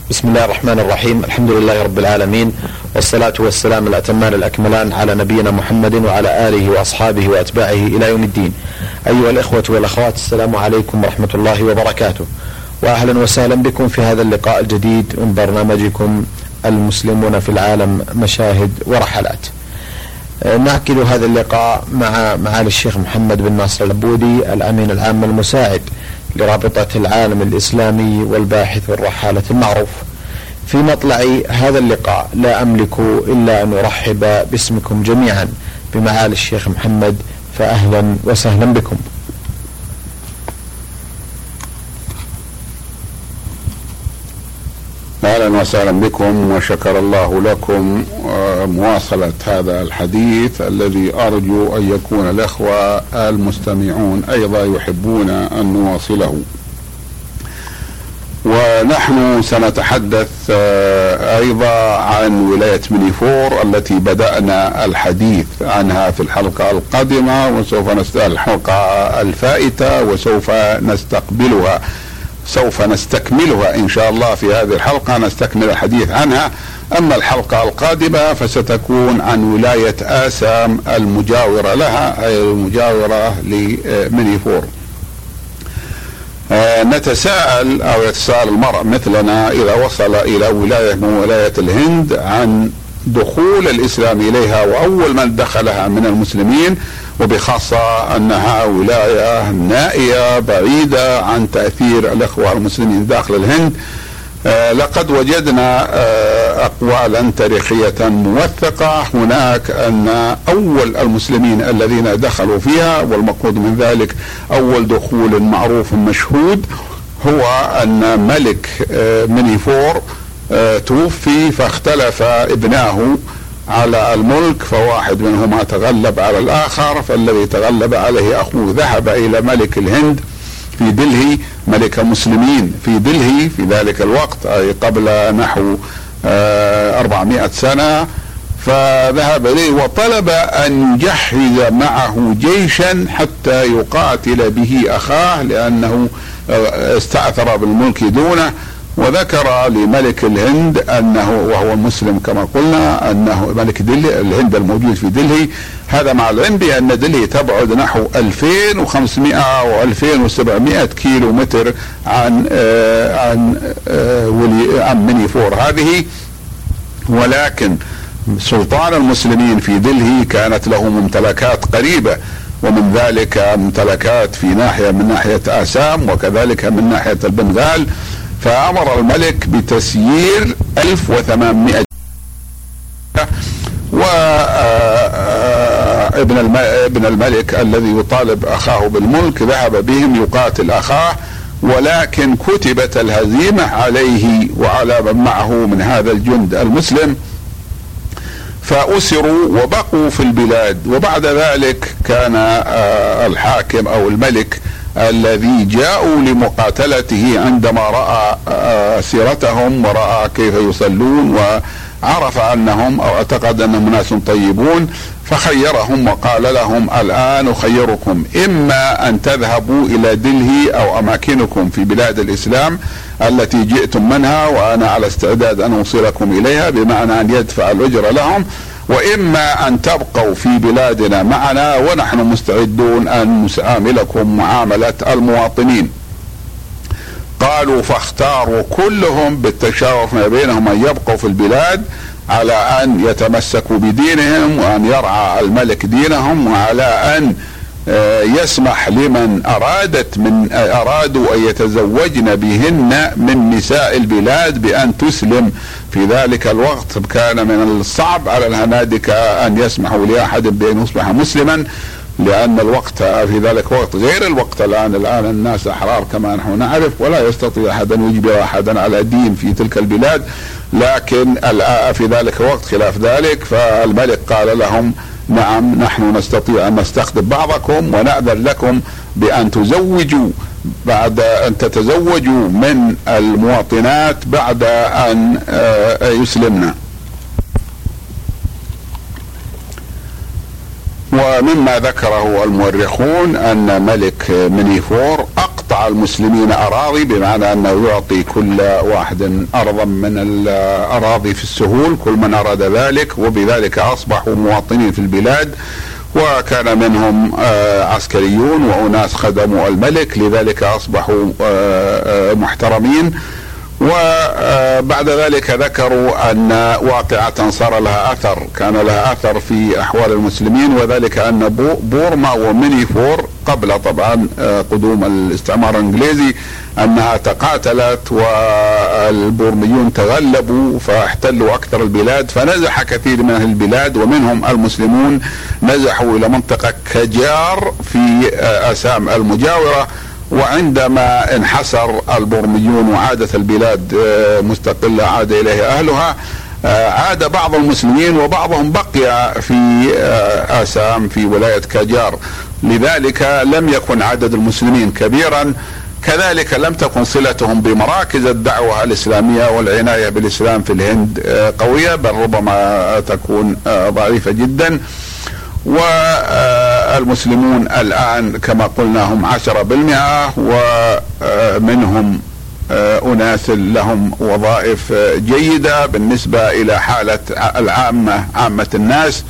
بسم الله الرحمن الرحيم. الحمد لله رب العالمين، والصلاة والسلام الأتمان الأكملان على نبينا محمد وعلى آله وأصحابه وأتباعه إلى يوم الدين. أيها الإخوة والأخوات، السلام عليكم ورحمة الله وبركاته، وأهلا وسهلا بكم في هذا اللقاء الجديد من برنامجكم المسلمون في العالم مشاهد ورحلات. نأكد هذا اللقاء مع معالي الشيخ محمد بن ناصر العبودي، الأمين العام المساعد لرابطة العالم الإسلامي والباحث والرحالة المعروف. في مطلع هذا اللقاء لا أملك إلا أن أرحب باسمكم جميعا بمعالي الشيخ محمد، فأهلا وسهلا بكم. أهلا وسهلا بكم، وشكر الله لكم مواصلة هذا الحديث الذي أرجو أن يكون الأخوة المستمعون أيضا يحبون أن نواصله. ونحن سنتحدث أيضا عن ولاية منيفور التي بدأنا الحديث عنها في الحلقة القادمة، وسوف الحلقة الفائتة وسوف نستكملها إن شاء الله. في هذه الحلقة نستكمل الحديث عنها. أما الحلقة القادمة فستكون عن ولاية آسام المجاورة لها، أي المجاورة لمنيفور. نتساءل أو يتساءل المرء مثلنا إذا وصل إلى ولاية من ولاية الهند عن دخول الإسلام إليها، وأول من دخلها من المسلمين، وبخاصة أنها ولاية نائية بعيدة عن تأثير الأخوة المسلمين داخل الهند. لقد وجدنا أقوالا تاريخية موثقة هناك أن أول المسلمين الذين دخلوا فيها، والمقصود من ذلك أول دخول معروف مشهود، هو أن ملك منيفور توفي فاختلف ابناه على الملك، فواحد منهما تغلب على الآخر، فالذي تغلب عليه أخوه ذهب إلى ملك الهند في دلهي، ملك مسلمين في دلهي في ذلك الوقت، أي قبل نحو 400 سنة. فذهب إليه وطلب أن يجهز معه جيشا حتى يقاتل به أخاه، لأنه استأثر بالملك دونه. وذكر لملك الهند أنه، وهو مسلم كما قلنا، أنه ملك الهند الموجود في دلهي، هذا مع العلم بأن دلهي تبعد نحو 2500 أو 2700 كيلو متر عن منيفور هذه. ولكن سلطان المسلمين في دلهي كانت له ممتلكات قريبة، ومن ذلك ممتلكات في ناحية من ناحية آسام، وكذلك من ناحية البنغال. فأمر الملك بتسيير 1800 وابن الملك الذي يطالب أخاه بالملك ذهب بهم يقاتل أخاه، ولكن كتبت الهزيمة عليه وعلى من معه من هذا الجند المسلم، فأسروا وبقوا في البلاد. وبعد ذلك كان الحاكم أو الملك الذي جاءوا لمقاتلته عندما رأى سيرتهم ورأى كيف يصلون وعرف أنهم أو اعتقد أنهم ناس طيبون، فخيرهم وقال لهم: الآن أخيركم، إما أن تذهبوا إلى دلهي أو أماكنكم في بلاد الإسلام التي جئتم منها، وأنا على استعداد أن أوصلكم إليها، بمعنى أن يدفع الأجر لهم، وإما أن تبقوا في بلادنا معنا ونحن مستعدون أن نعاملكم معاملة المواطنين. قالوا فاختاروا كلهم بالتشاور ما بينهم أن يبقوا في البلاد على أن يتمسكوا بدينهم، وأن يرعى الملك دينهم، وعلى أن يسمح لمن أرادوا أن يتزوجن بهن من نساء البلاد بأن تسلم. في ذلك الوقت كان من الصعب على الهنادكة أن يسمحوا لأحد بأن يصبح مسلما، لأن الوقت في ذلك الوقت غير الوقت الآن الناس أحرار كما نحن نعرف، ولا يستطيع أحد أن يجبر أحدا على دين في تلك البلاد. لكن في ذلك الوقت خلاف ذلك، فالملك قال لهم: نعم، نحن نستطيع أن نستخدم بعضكم ونأذن لكم بأن تزوجوا بعد أن تتزوجوا من المواطنات بعد أن يسلمنا. ومما ذكره المؤرخون أن ملك منيفور أقطع قطع المسلمين أراضي، بمعنى أنه يعطي كل واحد أرضا من الأراضي في السهول كل من أراد ذلك، وبذلك أصبحوا مواطنين في البلاد، وكان منهم عسكريون وأناس خدموا الملك، لذلك أصبحوا محترمين. وبعد ذلك ذكروا أن واقعة صار لها أثر، كان لها أثر في أحوال المسلمين، وذلك أن بورما ومينيفور قبل طبعا قدوم الاستعمار الإنجليزي أنها تقاتلت، والبورميون تغلبوا فاحتلوا أكثر البلاد، فنزح كثير من أهل البلاد ومنهم المسلمون نزحوا إلى منطقة كجار في أسام المجاورة. وعندما انحسر البورميون وعادت البلاد مستقلة عاد إليه أهلها، عاد بعض المسلمين وبعضهم بقي في آسام في ولاية كاجار، لذلك لم يكن عدد المسلمين كبيرا، كذلك لم تكن صلتهم بمراكز الدعوة الإسلامية والعناية بالإسلام في الهند قوية، بل ربما تكون ضعيفة جدا. والمسلمون الآن كما قلنا هم 10%، ومنهم أناس لهم وظائف جيدة بالنسبة إلى حالة عامة الناس،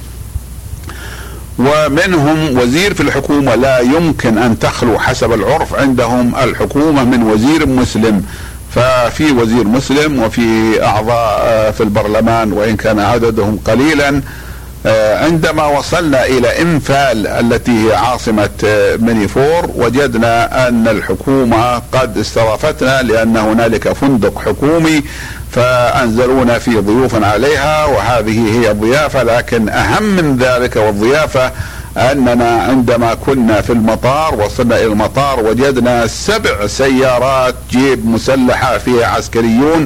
ومنهم وزير في الحكومة لا يمكن أن تخلو حسب العرف عندهم الحكومة من وزير مسلم، ففي وزير مسلم وفي أعضاء في البرلمان وإن كان عددهم قليلا. عندما وصلنا إلى إمفال التي هي عاصمة مينيفور وجدنا أن الحكومة قد استضافتنا، لأن هنالك فندق حكومي فأنزلونا في ضيوف عليها، وهذه هي الضيافة. لكن أهم من ذلك والضيافة أننا عندما كنا في المطار وصلنا إلى المطار وجدنا 7 سيارات جيب مسلحة فيها عسكريون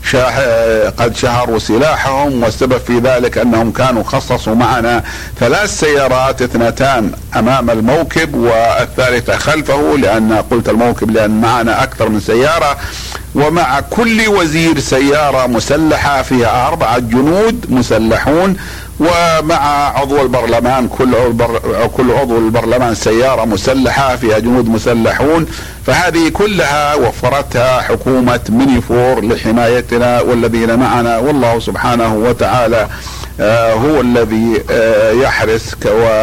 قد شهروا سلاحهم، والسبب في ذلك أنهم كانوا خصصوا معنا 3 سيارات، 2 أمام الموكب والثالثة خلفه، لأن قلت الموكب لأن معنا أكثر من سيارة، ومع كل وزير سيارة مسلحة فيها 4 جنود مسلحون، ومع عضو البرلمان كل عضو البرلمان سيارة مسلحة فيها جنود مسلحون. فهذه كلها وفرتها حكومة مينيفور لحمايتنا والذين معنا، والله سبحانه وتعالى هو الذي يحرس.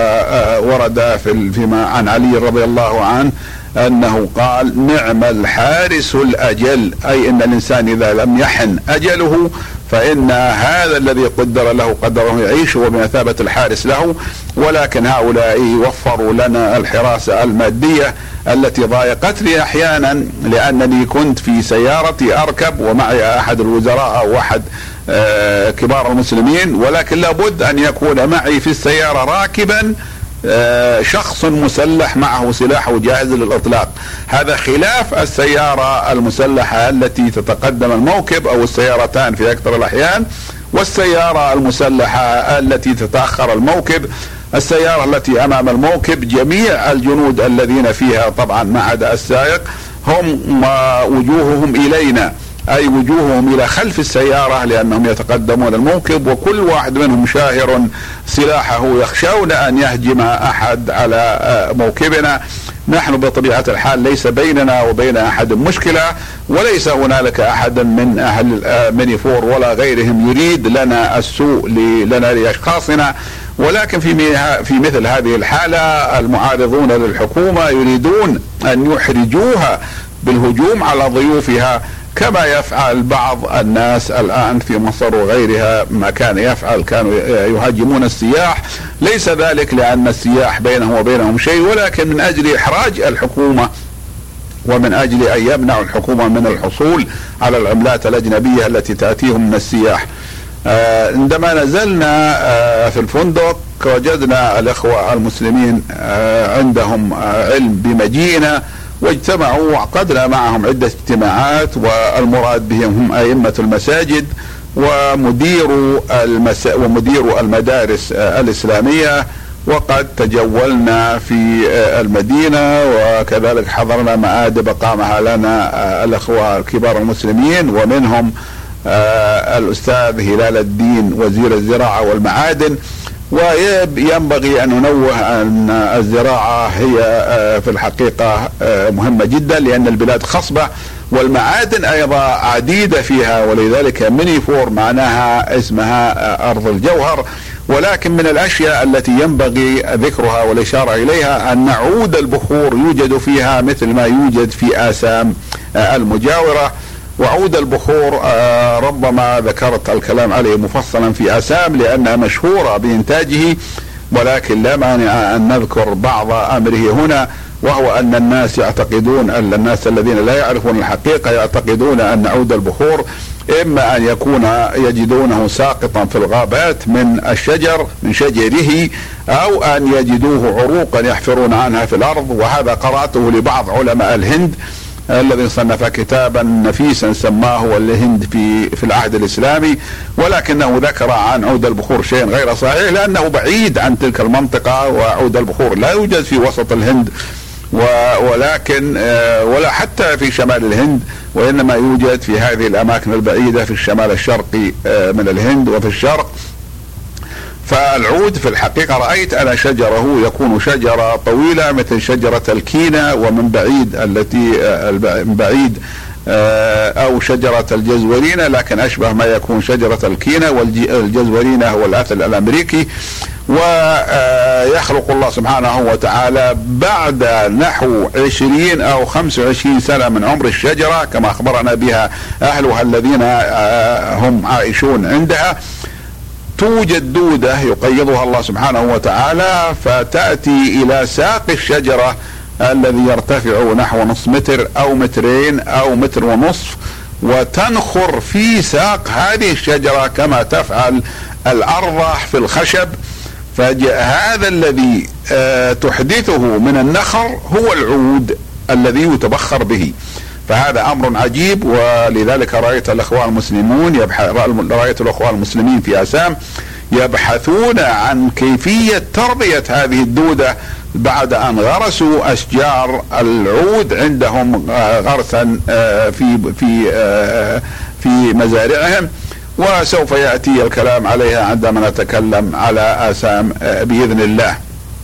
وورد فيما عن علي رضي الله عنه أنه قال: نعم الحارس الأجل، أي أن الإنسان إذا لم يحن أجله فإن هذا الذي قدر له قدره يعيش وبمثابة الحارس له. ولكن هؤلاء وفروا لنا الحراسة المادية التي ضايقتني أحيانا، لأنني كنت في سيارتي أركب ومعي أحد الوزراء أو أحد كبار المسلمين، ولكن لابد أن يكون معي في السيارة راكبا شخص مسلح معه سلاحه جاهز للإطلاق. هذا خلاف السيارة المسلحة التي تتقدم الموكب أو السيارتان في أكثر الأحيان، والسيارة المسلحة التي تتأخر الموكب. السيارة التي أمام الموكب جميع الجنود الذين فيها طبعا ما عدا السائق هم وجوههم إلينا، أي وجوههم إلى خلف السيارة، لأنهم يتقدمون الموكب، وكل واحد منهم شاهر سلاحه يخشون أن يهجم أحد على موكبنا. نحن بطبيعة الحال ليس بيننا وبين أحد مشكلة، وليس هنالك أحد من أهل مينيفور ولا غيرهم يريد لنا السوء لنا لأشخاصنا، ولكن في مثل هذه الحالة المعارضون للحكومة يريدون أن يحرجوها بالهجوم على ضيوفها، كما يفعل بعض الناس الآن في مصر وغيرها ما كان يفعل، كانوا يهاجمون السياح. ليس ذلك لأن السياح بينهم وبينهم شيء، ولكن من أجل إحراج الحكومة ومن أجل أن يمنعوا الحكومة من الحصول على العملات الأجنبية التي تأتيهم من السياح. عندما نزلنا في الفندق وجدنا الإخوة المسلمين عندهم علم بمجيئنا، واجتمعوا وعقدنا معهم عدة اجتماعات، والمراد بهم هم أئمة المساجد ومدير المدارس الإسلامية. وقد تجولنا في المدينة، وكذلك حضرنا مآدب قامها لنا الأخوة كبار المسلمين، ومنهم الأستاذ هلال الدين وزير الزراعة والمعادن. وينبغي أن ننوه أن الزراعة هي في الحقيقة مهمة جدا، لأن البلاد خصبة والمعادن أيضا عديدة فيها، ولذلك مني فور معناها اسمها أرض الجوهر. ولكن من الأشياء التي ينبغي ذكرها والإشارة إليها أن عود البخور يوجد فيها مثل ما يوجد في آسام المجاورة. وعود البخور ربما ذكرت الكلام عليه مفصلا في آسام لأنها مشهورة بإنتاجه، ولكن لا مانع أن نذكر بعض أمره هنا، وهو أن الناس يعتقدون، الناس الذين لا يعرفون الحقيقة يعتقدون أن عود البخور إما أن يكون يجدونه ساقطا في الغابات من الشجر من شجره، أو أن يجدوه عروقا يحفرون عنها في الأرض. وهذا قرأته لبعض علماء الهند الذي صنف كتابا نفيسا سماه الهند في العهد الإسلامي، ولكنه ذكر عن عود البخور شيء غير صحيح لأنه بعيد عن تلك المنطقة، وعود البخور لا يوجد في وسط الهند ولكن ولا حتى في شمال الهند، وإنما يوجد في هذه الأماكن البعيدة في الشمال الشرقي من الهند وفي الشرق. فالعود في الحقيقة رأيت أنا شجره يكون شجرة طويلة مثل شجرة الكينة، ومن بعيد من بعيد أو شجرة الجزورينة، لكن أشبه ما يكون شجرة الكينة، والجزورينة هو الأثل الأمريكي. ويخلق الله سبحانه وتعالى بعد نحو 20 أو 25 سنة من عمر الشجرة كما أخبرنا بها أهلها الذين هم عائشون عندها، توجد دودة يقيضها الله سبحانه وتعالى فتأتي إلى ساق الشجرة الذي يرتفع نحو نصف متر أو مترين أو متر ونصف، وتنخر في ساق هذه الشجرة كما تفعل الأرض في الخشب. فهذا الذي تحدثه من النخر هو العود الذي يتبخر به. فهذا أمر عجيب، ولذلك رأيت الأخوان المسلمين في آسام يبحثون عن كيفية تربية هذه الدودة بعد أن غرسوا أشجار العود عندهم غرسا في مزارعهم، وسوف يأتي الكلام عليها عندما نتكلم على آسام بإذن الله.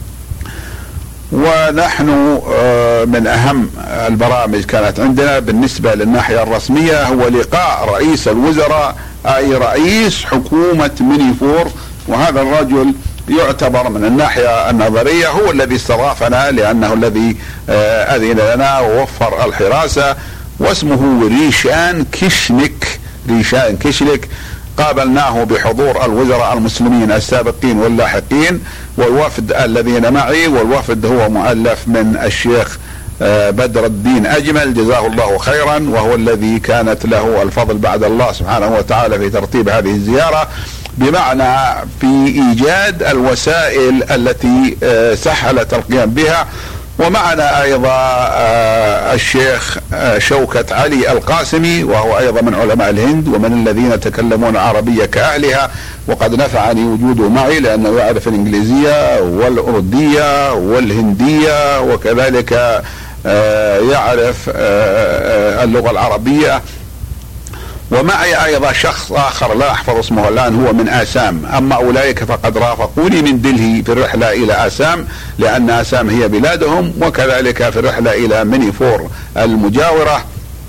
ونحن من أهم البرامج كانت عندنا بالنسبة للناحية الرسمية هو لقاء رئيس الوزراء أي رئيس حكومة مني فور، وهذا الرجل يعتبر من الناحية النظرية هو الذي استضافنا لأنه الذي أذن لنا ووفر الحراسة، واسمه ريشان كيشنيك. قابلناه بحضور الوزراء المسلمين السابقين واللاحقين والوفد الذين معي، والوفد هو مؤلف من الشيخ بدر الدين أجمل جزاه الله خيرا، وهو الذي كانت له الفضل بعد الله سبحانه وتعالى في ترتيب هذه الزيارة، بمعنى في إيجاد الوسائل التي سهلت القيام بها. ومعنا أيضا الشيخ شوكت علي القاسمي، وهو أيضا من علماء الهند ومن الذين يتكلمون عربية كأهلها، وقد نفعني وجوده معي لأنه يعرف الإنجليزية والأردية والهندية، وكذلك يعرف اللغة العربية. ومعي أيضا شخص آخر لا أحفظ اسمه الآن هو من آسام، أما أولئك فقد رافقوني من دلهي في الرحلة إلى آسام لأن آسام هي بلادهم، وكذلك في الرحلة إلى مني فور المجاورة.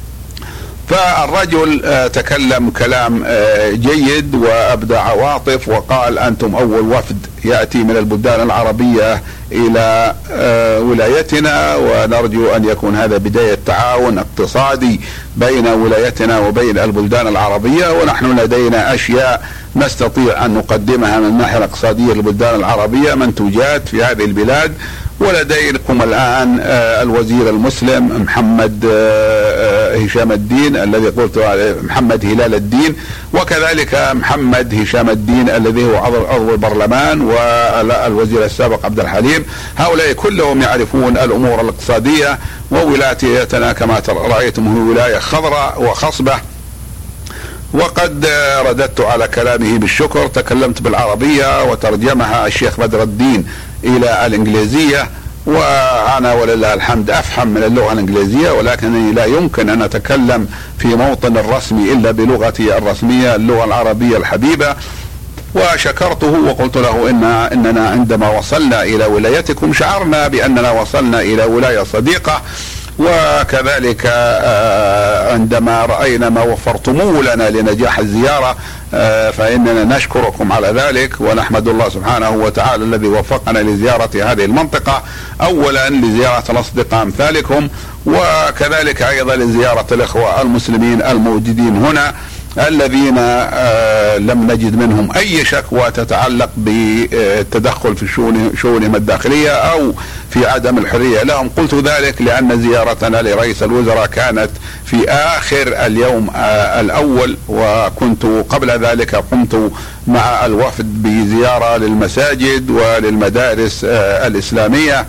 فالرجل تكلم كلام جيد وأبدى عواطف، وقال أنتم أول وفد يأتي من البلدان العربية إلى ولايتنا، ونرجو أن يكون هذا بداية تعاون اقتصادي بين ولايتنا وبين البلدان العربية، ونحن لدينا أشياء نستطيع أن نقدمها من الناحية الاقتصادية للبلدان العربية، منتوجات في هذه البلاد. ولديكم الآن الوزير المسلم محمد هشام الدين الذي قلت محمد هلال الدين، وكذلك محمد هشام الدين الذي هو عضو البرلمان، والوزير السابق عبد الحليم. هؤلاء كلهم يعرفون الأمور الاقتصادية، وولايتنا كما رأيتم هي ولاية خضراء وخصبة. وقد رددت على كلامه بالشكر، تكلمت بالعربية وترجمها الشيخ بدر الدين إلى الإنجليزية، وأنا ولله الحمد أفهم من اللغة الإنجليزية، ولكنني لا يمكن أن أتكلم في موطن الرسمي إلا بلغتي الرسمية اللغة العربية الحبيبة. وشكرته وقلت له إننا عندما وصلنا إلى ولايتكم شعرنا بأننا وصلنا إلى ولاية صديقة، وكذلك عندما رأينا ما وفرتموه لنا لنجاح الزيارة فإننا نشكركم على ذلك، ونحمد الله سبحانه وتعالى الذي وفقنا لزيارة هذه المنطقة، أولا لزيارة الأصدقاء أمثالكم، وكذلك أيضا لزيارة الإخوة المسلمين الموجودين هنا الذين لم نجد منهم أي شكوى تتعلق بالتدخل في شؤونهم الداخلية أو في عدم الحرية لهم. قلت ذلك لأن زيارتنا لرئيس الوزراء كانت في آخر اليوم الأول، وكنت قبل ذلك قمت مع الوفد بزيارة للمساجد وللمدارس الإسلامية،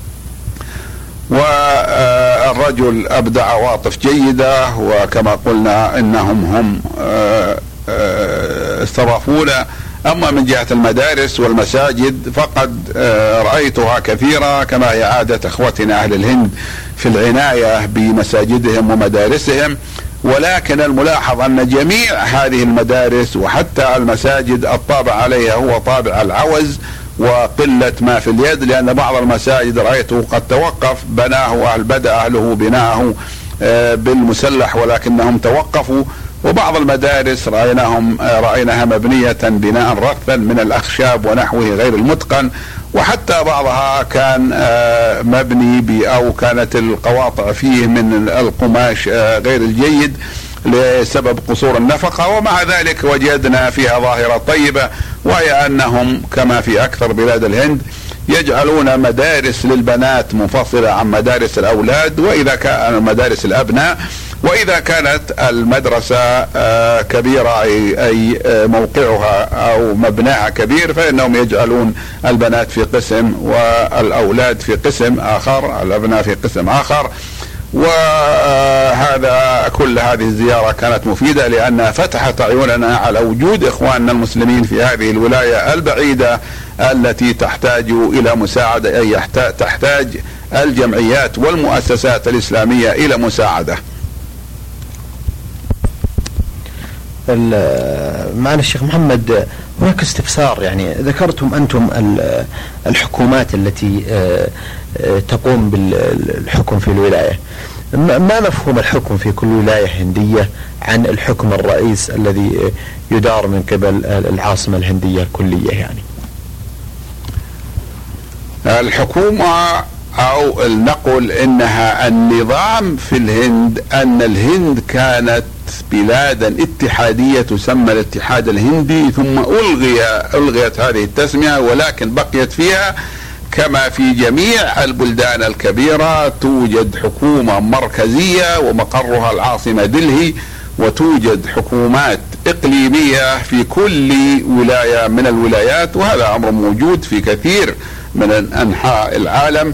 والرجل أبدى عواطف جيدة، وكما قلنا إنهم استضافونا. أما من جهة المدارس والمساجد فقد رأيتها كثيرة كما هي عادة إخوتنا أهل الهند في العناية بمساجدهم ومدارسهم، ولكن الملاحظ أن جميع هذه المدارس وحتى المساجد الطابع عليها هو طابع العوز وقلة ما في اليد، لأن بعض المساجد رأيته قد توقف، بدأ أهله بناءه بالمسلح ولكنهم توقفوا، وبعض المدارس رأيناها مبنية بناء رثا من الأخشاب ونحوه غير المتقن، وحتى بعضها كان مبني أو كانت القواطع فيه من القماش غير الجيد لسبب قصور النفقة. ومع ذلك وجدنا فيها ظاهرة طيبة، وهي أنهم كما في أكثر بلاد الهند يجعلون مدارس للبنات منفصلة عن مدارس الأولاد، وإذا كان مدارس الأبناء، وإذا كانت المدرسة كبيرة أي موقعها أو مبناها كبير فإنهم يجعلون البنات في قسم والأولاد في قسم آخر، الأبناء في قسم آخر. وهذا كل هذه الزيارة كانت مفيدة لأنها فتحت عيوننا على وجود إخواننا المسلمين في هذه الولاية البعيدة التي تحتاج إلى مساعدة، أي تحتاج الجمعيات والمؤسسات الإسلامية إلى مساعدة. معنا الشيخ محمد، هناك استفسار، يعني ذكرتم أنتم الحكومات التي تقوم بالحكم في الولاية، ما مفهوم الحكم في كل ولاية هندية عن الحكم الرئيس الذي يدار من قبل العاصمة الهندية الكلية؟ يعني الحكومة أو نقول إنها النظام في الهند، أن الهند كانت بلادا اتحادية تسمى الاتحاد الهندي، ثم ألغيت هذه التسمية، ولكن بقيت فيها كما في جميع البلدان الكبيرة توجد حكومة مركزية ومقرها العاصمة دلهي، وتوجد حكومات إقليمية في كل ولاية من الولايات، وهذا أمر موجود في كثير من أنحاء العالم.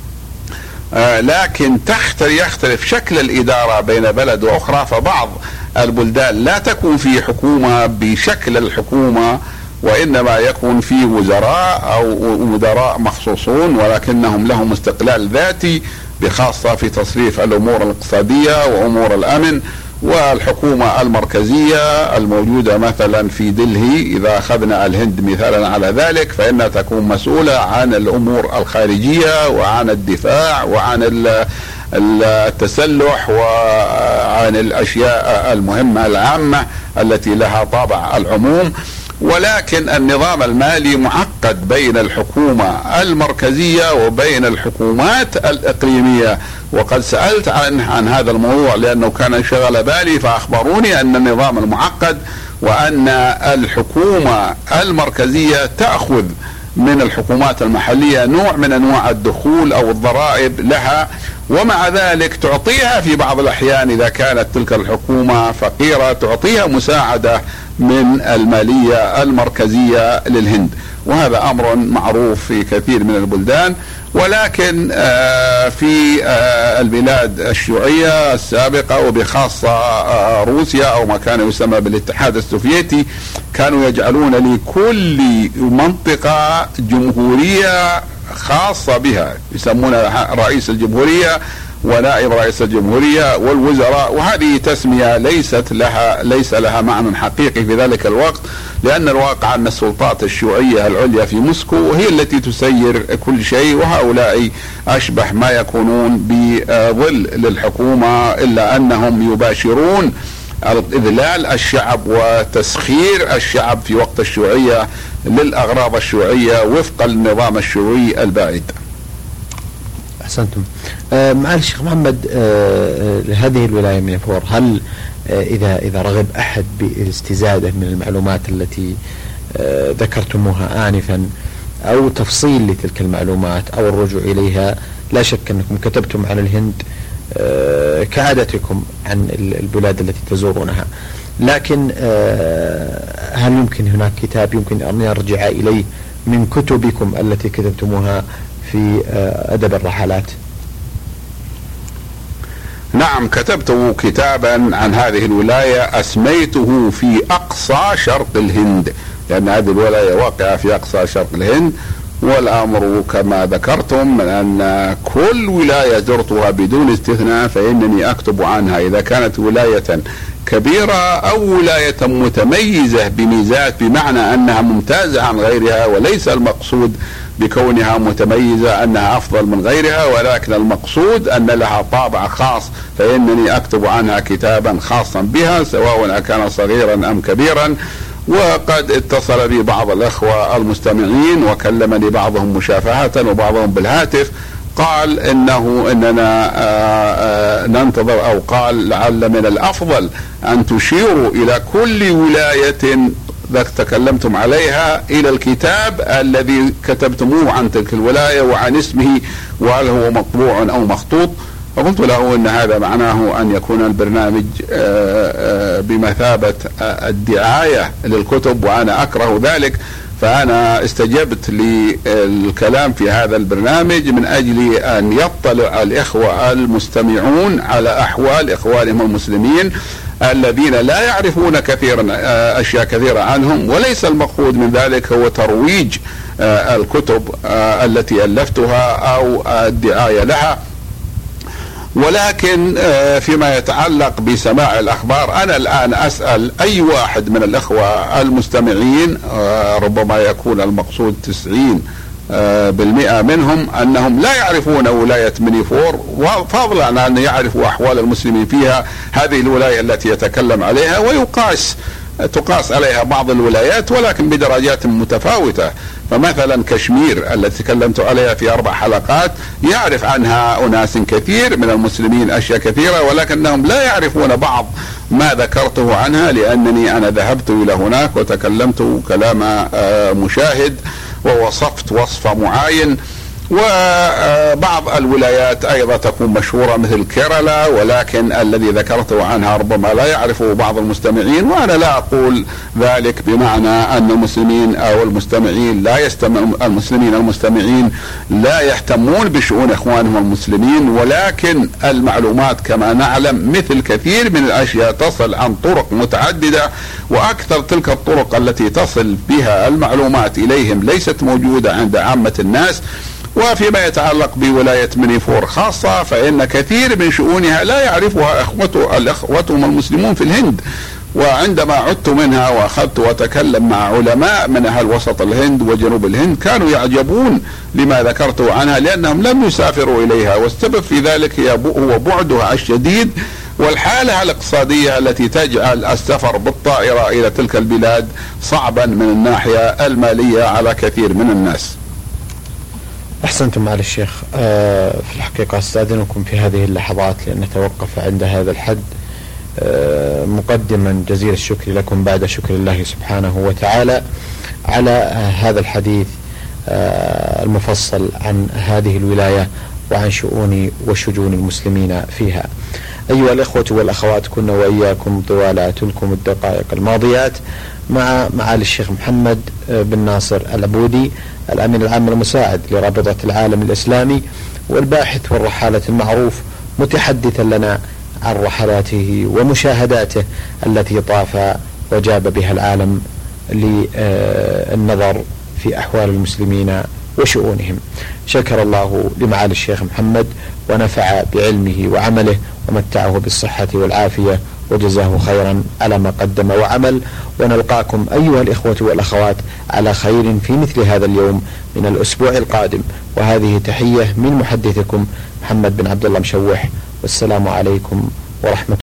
لكن يختلف شكل الإدارة بين بلد وأخرى، فبعض البلدان لا تكون في حكومة بشكل الحكومة، وإنما يكون في وزراء أو مدراء مخصوصون ولكنهم لهم استقلال ذاتي بخاصة في تصريف الأمور الاقتصادية وأمور الأمن. والحكومة المركزية الموجودة مثلا في دلهي، إذا أخذنا الهند مثالا على ذلك، فإنها تكون مسؤولة عن الأمور الخارجية وعن الدفاع وعن التسلح وعن الأشياء المهمة العامة التي لها طابع العموم. ولكن النظام المالي معقد بين الحكومة المركزية وبين الحكومات الإقليمية، وقد سألت عن هذا الموضوع لأنه كان شغل بالي، فأخبروني أن النظام المعقد وأن الحكومة المركزية تأخذ من الحكومات المحلية نوع من أنواع الدخول أو الضرائب لها، ومع ذلك تعطيها في بعض الأحيان إذا كانت تلك الحكومة فقيرة تعطيها مساعدة من المالية المركزية للهند، وهذا أمر معروف في كثير من البلدان. ولكن في البلاد الشيوعية السابقة وبخاصة روسيا أو ما كان يسمى بالاتحاد السوفيتي، كانوا يجعلون لكل منطقة جمهورية خاصة بها يسمونها رئيس الجمهورية، ونائب رئيس الجمهورية والوزراء، وهذه تسمية ليس لها معنى حقيقي في ذلك الوقت، لأن الواقع أن السلطات الشيوعية العليا في موسكو هي التي تسير كل شيء، وهؤلاء أشبه ما يكونون بظل للحكومة، إلا أنهم يباشرون إذلال الشعب وتسخير الشعب في وقت الشيوعية للأغراض الشيوعية وفق النظام الشيوعي البائد. أحسنتم. معالي الشيخ محمد، هذه الولاية منيفور، هل إذا رغب أحد باستزادة من المعلومات التي ذكرتموها آنفا أو تفصيل لتلك المعلومات أو الرجوع إليها، لا شك أنكم كتبتم عن الهند كعادتكم عن البلاد التي تزورونها، لكن هل يمكن هناك كتاب يمكن أن يرجع إليه من كتبكم التي كتبتموها في أدب الرحلات؟ نعم، كتبت كتابا عن هذه الولاية أسميته في أقصى شرق الهند، لأن هذه الولاية واقعة في أقصى شرق الهند، والأمر كما ذكرتم من أن كل ولاية زرتها بدون استثناء فإنني أكتب عنها، إذا كانت ولاية كبيرة أو ولاية متميزة بميزات، بمعنى أنها ممتازة عن غيرها، وليس المقصود بكونها متميزة أنها أفضل من غيرها، ولكن المقصود أن لها طابع خاص، فإنني أكتب عنها كتابا خاصا بها سواء كان صغيرا أم كبيرا. وقد اتصل بي بعض الأخوة المستمعين وكلمني بعضهم مشافهة وبعضهم بالهاتف، قال إننا ننتظر، أو قال لعل من الأفضل أن تشيروا إلى كل ولاية تكلمتم عليها إلى الكتاب الذي كتبتموه عن تلك الولاية وعن اسمه، وهل هو مطبوع أو مخطوط. فقلت له إن هذا معناه أن يكون البرنامج بمثابة الدعاية للكتب، وأنا أكره ذلك، فأنا استجبت للكلام في هذا البرنامج من أجل أن يطلع الإخوة المستمعون على أحوال إخوانهم المسلمين الذين لا يعرفون أشياء كثيرة عنهم، وليس المقصود من ذلك هو ترويج الكتب التي ألفتها أو الدعاية لها. ولكن فيما يتعلق بسماع الأخبار، أنا الآن أسأل أي واحد من الأخوة المستمعين، ربما يكون المقصود 90% منهم أنهم لا يعرفون ولاية منيفور، وفضلا عن أن يعرفوا أحوال المسلمين فيها، هذه الولاية التي يتكلم عليها، تقاس عليها بعض الولايات ولكن بدرجات متفاوتة. فمثلا كشمير التي تكلمت عليها في 4 حلقات يعرف عنها أناس كثير من المسلمين أشياء كثيرة، ولكنهم لا يعرفون بعض ما ذكرته عنها، لأنني أنا ذهبت إلى هناك وتكلمت كلام مشاهد ووصفت وصف معين. وبعض الولايات أيضا تكون مشهورة مثل كيرالا، ولكن الذي ذكرته عنها ربما لا يعرفه بعض المستمعين، وأنا لا أقول ذلك بمعنى أن المسلمين أو المستمعين المستمعين لا يهتمون بشؤون إخوانهم المسلمين، ولكن المعلومات كما نعلم مثل كثير من الأشياء تصل عن طرق متعددة، وأكثر تلك الطرق التي تصل بها المعلومات إليهم ليست موجودة عند عامة الناس. وفيما يتعلق بولاية منيفور خاصة، فإن كثير من شؤونها لا يعرفها إخوتهم المسلمون في الهند، وعندما عدت منها وأخذت وأتكلم مع علماء من أهل وسط الهند وجنوب الهند كانوا يعجبون لما ذكرت عنها، لأنهم لم يسافروا إليها، والسبب في ذلك هو بعدها الشديد والحالة الاقتصادية التي تجعل السفر بالطائرة إلى تلك البلاد صعبا من الناحية المالية على كثير من الناس. أحسنتم معالي الشيخ. في الحقيقة أستأذنكم في هذه اللحظات لأن نتوقف عند هذا الحد، مقدما جزيل الشكر لكم بعد شكر الله سبحانه وتعالى على هذا الحديث المفصل عن هذه الولاية وعن شؤون وشجون المسلمين فيها. أيها الإخوة والأخوات، كنا وإياكم طوال تلكم الدقائق الماضيات مع معالي الشيخ محمد بن ناصر العبودي، الأمين العام المساعد لرابطة العالم الإسلامي والباحث والرحالة المعروف، متحدثا لنا عن رحلاته ومشاهداته التي طاف وجاب بها العالم للنظر في أحوال المسلمين وشؤونهم. شكر الله لمعالي الشيخ محمد ونفع بعلمه وعمله ومتعه بالصحة والعافية وجزاه خيرا على ما قدم وعمل. ونلقاكم أيها الإخوة والأخوات على خير في مثل هذا اليوم من الأسبوع القادم. وهذه تحية من محدثكم محمد بن عبد الله مشوح، والسلام عليكم ورحمة الله.